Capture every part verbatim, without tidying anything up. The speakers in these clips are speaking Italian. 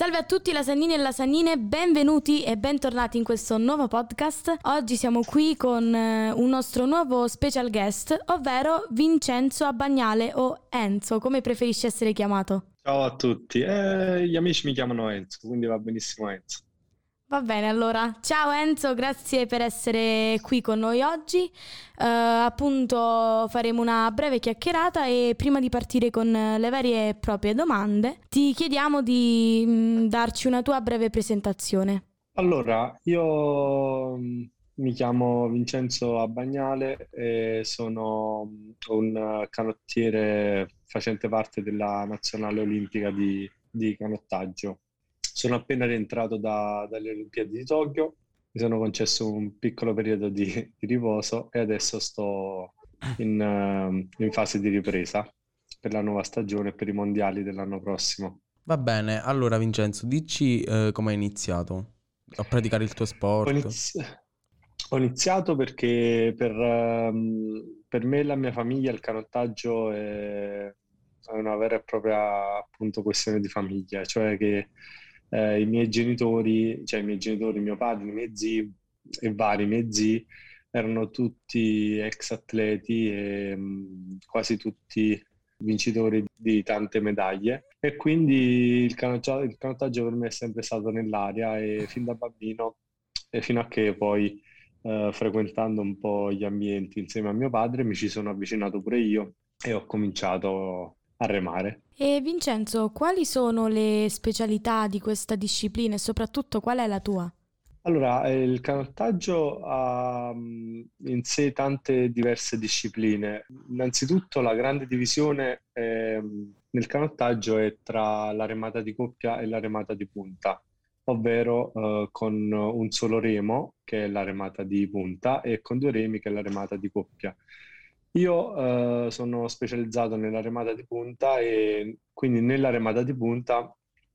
Salve a tutti lasagnini e lasagnine, benvenuti e bentornati in questo nuovo podcast. Oggi siamo qui con eh, un nostro nuovo special guest, ovvero Vincenzo Abbagnale o Enzo, come preferisci essere chiamato? Ciao a tutti, eh, gli amici mi chiamano Enzo, quindi va benissimo Enzo. Va bene, allora, ciao Enzo, grazie per essere qui con noi oggi. Eh, appunto faremo una breve chiacchierata e prima di partire con le vere e proprie domande ti chiediamo di mh, darci una tua breve presentazione. Allora, io mh, mi chiamo Vincenzo Abbagnale e sono mh, un canottiere facente parte della nazionale olimpica di, di canottaggio. Sono appena rientrato da- dalle Olimpiadi di Tokyo, mi sono concesso un piccolo periodo di, di riposo e adesso sto in, ehm, in fase di ripresa per la nuova stagione e per i mondiali dell'anno prossimo. Va bene, allora Vincenzo, dici eh, come hai iniziato a praticare il tuo Ho sport? inizi- ho iniziato perché per, ehm, per me e la mia famiglia il canottaggio è, è una vera e propria appunto questione di famiglia, cioè che eh, i miei genitori, cioè i miei genitori, mio padre, i miei zii e vari miei zii erano tutti ex atleti e mh, quasi tutti vincitori di tante medaglie e quindi il canottaggio, il canottaggio per me è sempre stato nell'aria e fin da bambino e fino a che poi eh, frequentando un po' gli ambienti insieme a mio padre mi ci sono avvicinato pure io e ho cominciato a remare. E Vincenzo, quali sono le specialità di questa disciplina e soprattutto qual è la tua? Allora, eh, il canottaggio ha mh, in sé tante diverse discipline. Innanzitutto la grande divisione ehm, nel canottaggio è tra la remata di coppia e la remata di punta, ovvero eh, con un solo remo, che è la remata di punta, e con due remi, che è la remata di coppia. Io eh, sono specializzato nella remata di punta e quindi nella remata di punta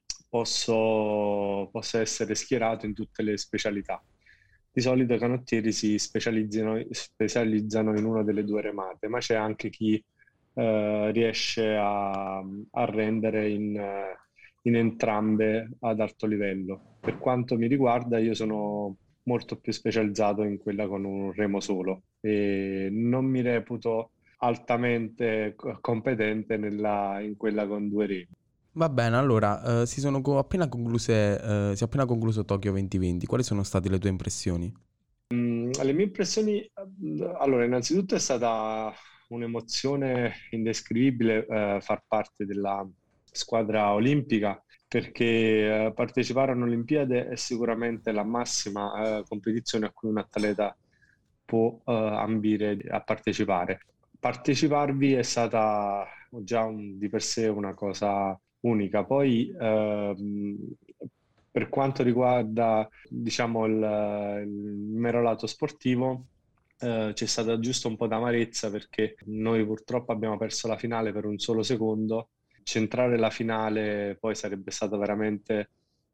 posso, posso essere schierato in tutte le specialità. Di solito i canottieri si specializzano, specializzano in una delle due remate, ma c'è anche chi eh, riesce a, a rendere in, eh, in entrambe ad alto livello. Per quanto mi riguarda, io sono molto più specializzato in quella con un remo solo e non mi reputo altamente co- competente nella- in quella con due remi. Va bene, allora, eh, si sono co- appena concluse, eh, si è appena concluso Tokyo duemilaventi. Quali sono state le tue impressioni? Mm, Le mie impressioni, eh, allora, innanzitutto è stata un'emozione indescrivibile eh, far parte della squadra olimpica perché eh, partecipare a un'Olimpiade è sicuramente la massima eh, competizione a cui un atleta può eh, ambire a partecipare. Parteciparvi è stata già un- di per sé una cosa unica. Poi, ehm, per quanto riguarda, diciamo, il, il mero lato sportivo, eh, c'è stata giusto un po' d'amarezza perché noi purtroppo abbiamo perso la finale per un solo secondo. Centrare la finale poi sarebbe stato veramente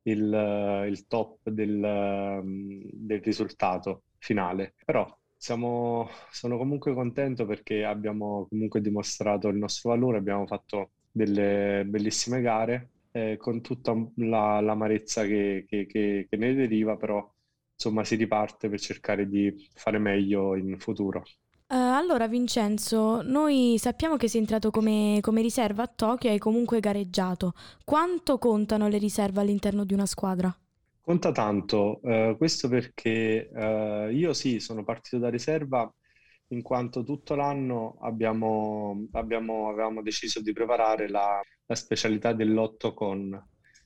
il, il top del, del risultato finale. Però siamo, sono comunque contento perché abbiamo comunque dimostrato il nostro valore, abbiamo fatto delle bellissime gare eh, con tutta la- l'amarezza che, che- che- che ne deriva, però insomma si riparte per cercare di fare meglio in futuro. Eh, allora Vincenzo, noi sappiamo che sei entrato come, come riserva a Tokyo e hai comunque gareggiato. Quanto contano le riserve all'interno di una squadra? Conta tanto, eh, questo perché eh, io sì, sono partito da riserva in quanto tutto l'anno abbiamo, abbiamo- avevamo deciso di preparare la, la specialità dell'otto con.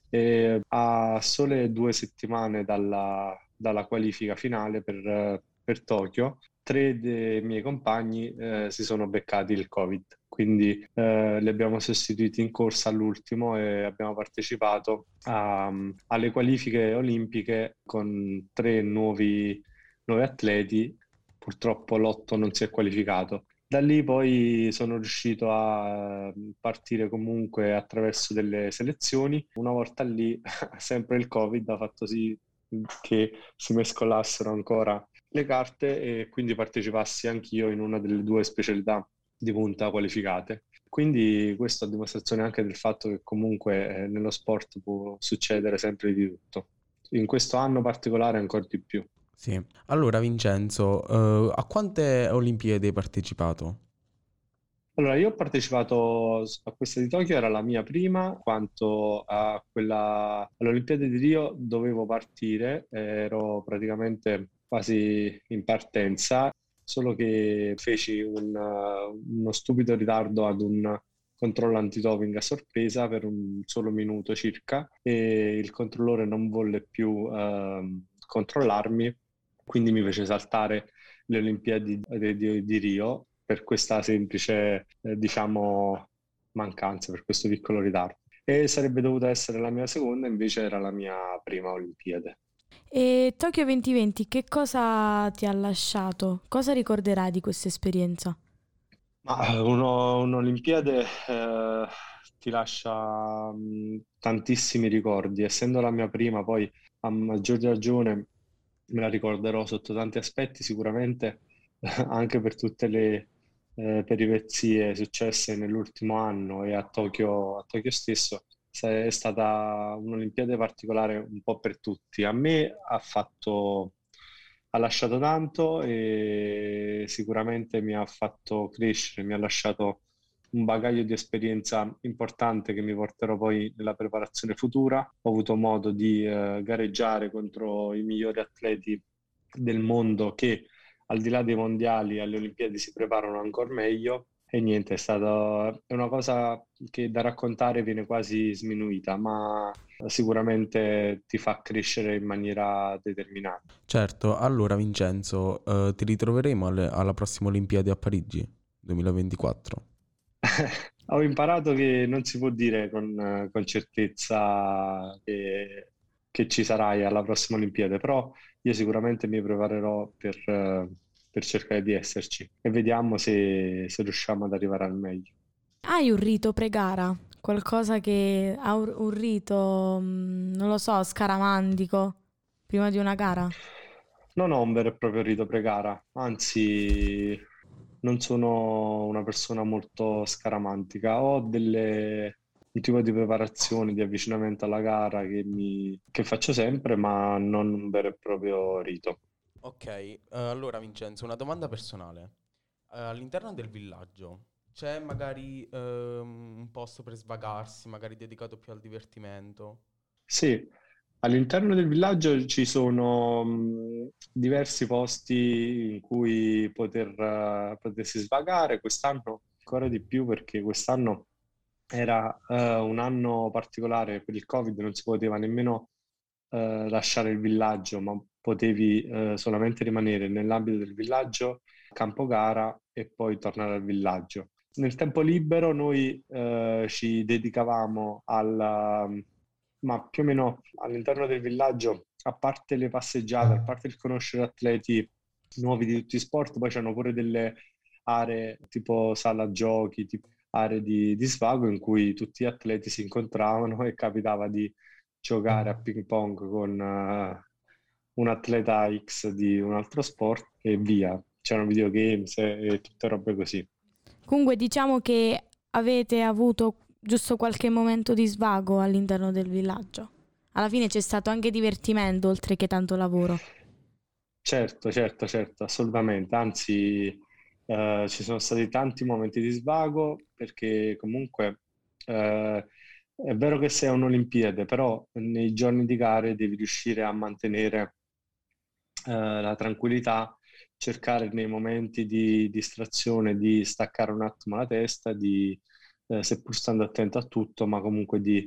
E a sole due settimane dalla, dalla qualifica finale per, eh, per Tokyo, tre dei miei compagni eh, si sono beccati il Covid, quindi eh, li abbiamo sostituiti in corsa all'ultimo e abbiamo partecipato a- alle qualifiche olimpiche con tre nuovi, nuovi atleti. Purtroppo l'otto non si è qualificato. Da lì poi sono riuscito a eh, partire comunque attraverso delle selezioni. Una volta lì, sempre il Covid ha fatto sì che si mescolassero ancora le carte e quindi partecipassi anch'io in una delle due specialità di punta qualificate. Quindi questo a dimostrazione anche del fatto che comunque eh, nello sport può succedere sempre di tutto. In questo anno particolare ancora di più. Sì. Allora, Vincenzo, eh, a quante Olimpiadi hai partecipato? Allora, io ho partecipato s- a questa di Tokyo, era la mia prima, quanto a quella all'Olimpiade di Rio dovevo partire, ero praticamente quasi in partenza, solo che feci un, uh, uno stupido ritardo ad un controllo antidoping a sorpresa per un solo minuto circa e il controllore non volle più ehm, controllarmi, quindi mi fece saltare le Olimpiadi di, di- di Rio per questa semplice, eh, diciamo, mancanza, per questo piccolo ritardo. E sarebbe dovuta essere la mia seconda, invece era la mia prima Olimpiade. E Tokyo duemilaventi che cosa ti ha lasciato? Cosa ricorderai di questa esperienza? Ma eh, uno- un'Olimpiade eh, ti lascia mh, tantissimi ricordi, essendo la mia prima, poi a maggior ragione me la ricorderò sotto tanti aspetti, sicuramente anche per tutte le eh, peripezie successe nell'ultimo anno e a Tokyo, a Tokyo stesso. sa- È stata un'Olimpiade particolare un po' per tutti. A me ha fatto, ha lasciato tanto e sicuramente mi ha fatto crescere, mi ha lasciato un bagaglio di esperienza importante che mi porterò poi nella preparazione futura. Ho avuto modo di eh, gareggiare contro i migliori atleti del mondo che al di là dei mondiali alle Olimpiadi si preparano ancora meglio e niente, è stata è una cosa che da raccontare viene quasi sminuita, ma sicuramente ti fa crescere in maniera determinata. Certo, allora Vincenzo, eh, ti ritroveremo alle- alla prossima Olimpiadi a Parigi duemilaventiquattro. Ho imparato che non si può dire con, con certezza che, che ci sarai alla prossima Olimpiade, però io sicuramente mi preparerò per, eh, per cercare di esserci e vediamo se, se riusciamo ad arrivare al meglio. Hai un rito pre-gara? Qualcosa che ha un un rito, mm, non lo so, scaramantico, prima di una gara? Non ho un vero e proprio rito pre-gara, anzi non sono una persona molto scaramantica, ho delle, un tipo di preparazione, di avvicinamento alla gara che, mi, che faccio sempre, ma non un vero e proprio rito. Ok, eh, allora Vincenzo, una domanda personale. Eh, all'interno del villaggio c'è magari ehm, un posto per svagarsi, magari dedicato più al divertimento? Sì, all'interno del villaggio ci sono mh, diversi posti in cui poter, eh, potersi svagare, quest'anno ancora di più perché quest'anno era eh, un anno particolare per il Covid, non si poteva nemmeno eh, lasciare il villaggio, ma potevi eh, solamente rimanere nell'ambito del villaggio, campo gara e poi tornare al villaggio. Nel tempo libero noi eh, ci dedicavamo alla, ma più o meno all'interno del villaggio, a parte le passeggiate, a parte il conoscere atleti nuovi di tutti i sport, poi c'hanno pure delle aree tipo sala giochi, tipo aree di, di svago in cui tutti gli atleti si incontravano e capitava di giocare a ping pong con eh, un atleta X di un altro sport e via. C'erano videogames e, e tutte robe così. Comunque diciamo che avete avuto giusto qualche momento di svago all'interno del villaggio. Alla fine c'è stato anche divertimento oltre che tanto lavoro. Certo, certo, certo, assolutamente. Anzi, eh, ci sono stati tanti momenti di svago perché comunque eh, è vero che sei a un'Olimpiade, però nei giorni di gare devi riuscire a mantenere eh, la tranquillità, cercare nei momenti di distrazione di staccare un attimo la testa, di, eh, seppur stando attento a tutto, ma comunque di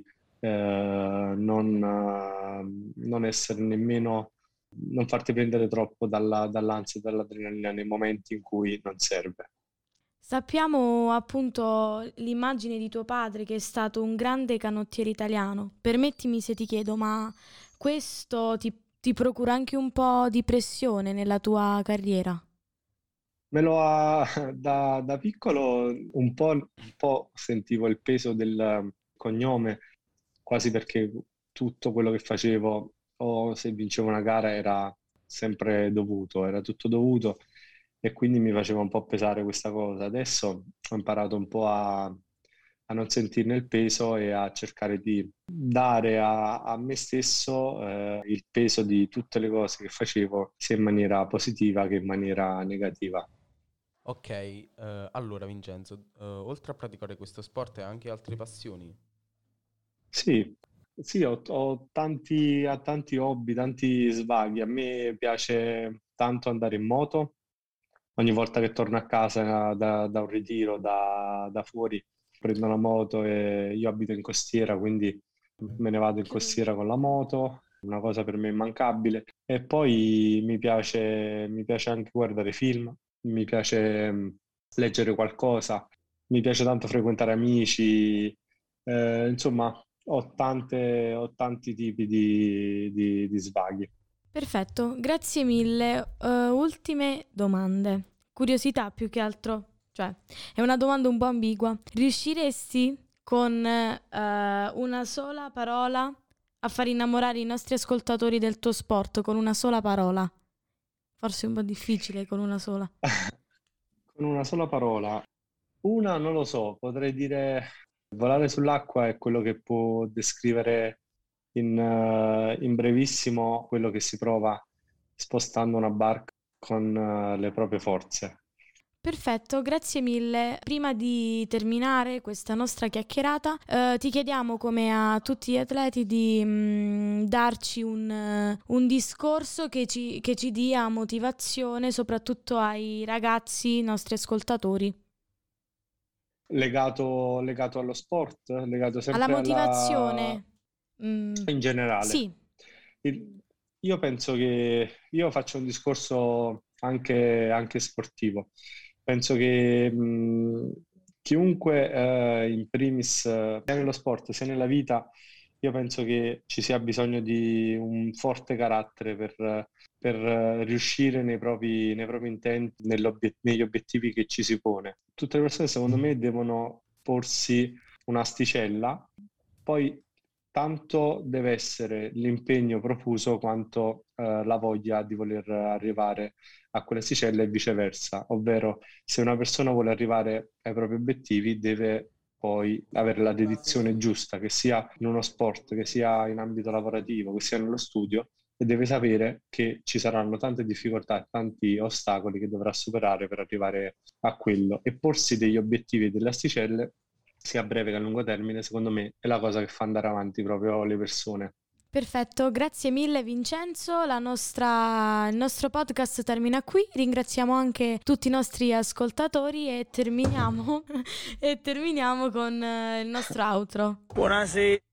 eh, non, eh, non essere nemmeno, non farti prendere troppo dalla- dall'ansia e dall'adrenalina nei momenti in cui non serve. Sappiamo appunto l'immagine di tuo padre che è stato un grande canottiere italiano. Permettimi se ti chiedo, ma questo ti, ti procura anche un po' di pressione nella tua carriera? Me lo ha da, da piccolo un po', un po' sentivo il peso del cognome, quasi perché tutto quello che facevo o se vincevo una gara era sempre dovuto, era tutto dovuto e quindi mi faceva un po' pesare questa cosa. Adesso ho imparato un po' a, a non sentirne il peso e a cercare di dare a, a me stesso eh, il peso di tutte le cose che facevo, sia in maniera positiva che in maniera negativa. Ok, eh, allora Vincenzo, eh, oltre a praticare questo sport hai anche altre passioni? Sì, sì, ho, ho tanti, ho tanti hobby, tanti svaghi. A me piace tanto andare in moto. Ogni volta che torno a casa da, da un ritiro da, da fuori, prendo la moto e io abito in costiera, quindi me ne vado in Che costiera bello. con la moto, una cosa per me immancabile. E poi mi piace, mi piace anche guardare film, mi piace mh, leggere qualcosa, mi piace tanto frequentare amici, eh, insomma, ho tante, ho tanti tipi di, di- di svaghi. Perfetto, grazie mille. Eh, ultime domande. Curiosità più che altro, cioè è una domanda un po' ambigua. Riusciresti con eh, una sola parola a far innamorare i nostri ascoltatori del tuo sport con una sola parola? Forse è un po' difficile con una sola. Con una sola parola, una non lo so, potrei dire volare sull'acqua è quello che può descrivere in, eh, in brevissimo quello che si prova spostando una barca con eh, le proprie forze. Perfetto, grazie mille. Prima di terminare questa nostra chiacchierata, eh, ti chiediamo, come a tutti gli atleti, di mm, darci un, eh, un discorso che ci, che ci dia motivazione, soprattutto ai ragazzi, nostri ascoltatori. Legato, legato allo sport, legato Alla sempre alla... motivazione, mm, in generale. sì, Il- Io penso che io faccio un discorso anche, anche sportivo. Penso che mh, chiunque, eh, in primis, eh, sia nello sport sia nella vita, io penso che ci sia bisogno di un forte carattere per, per, eh, riuscire nei propri, nei propri intenti, nell'obiet- negli obiettivi che ci si pone. Tutte le persone, secondo me, devono porsi un'asticella, poi tanto deve essere l'impegno profuso quanto eh, la voglia di voler arrivare a quell'asticella e viceversa, ovvero se una persona vuole arrivare ai propri obiettivi deve poi avere la dedizione giusta, che sia in uno sport, che sia in ambito lavorativo, che sia nello studio, e deve sapere che ci saranno tante difficoltà e tanti ostacoli che dovrà superare per arrivare a quello e porsi degli obiettivi e delle asticelle sia a breve che a lungo termine, secondo me è la cosa che fa andare avanti proprio le persone. perfetto. Grazie mille Vincenzo. La nostra, il nostro podcast termina qui. Ringraziamo anche tutti i nostri ascoltatori e terminiamo, e terminiamo con eh, il nostro outro. Buonasera.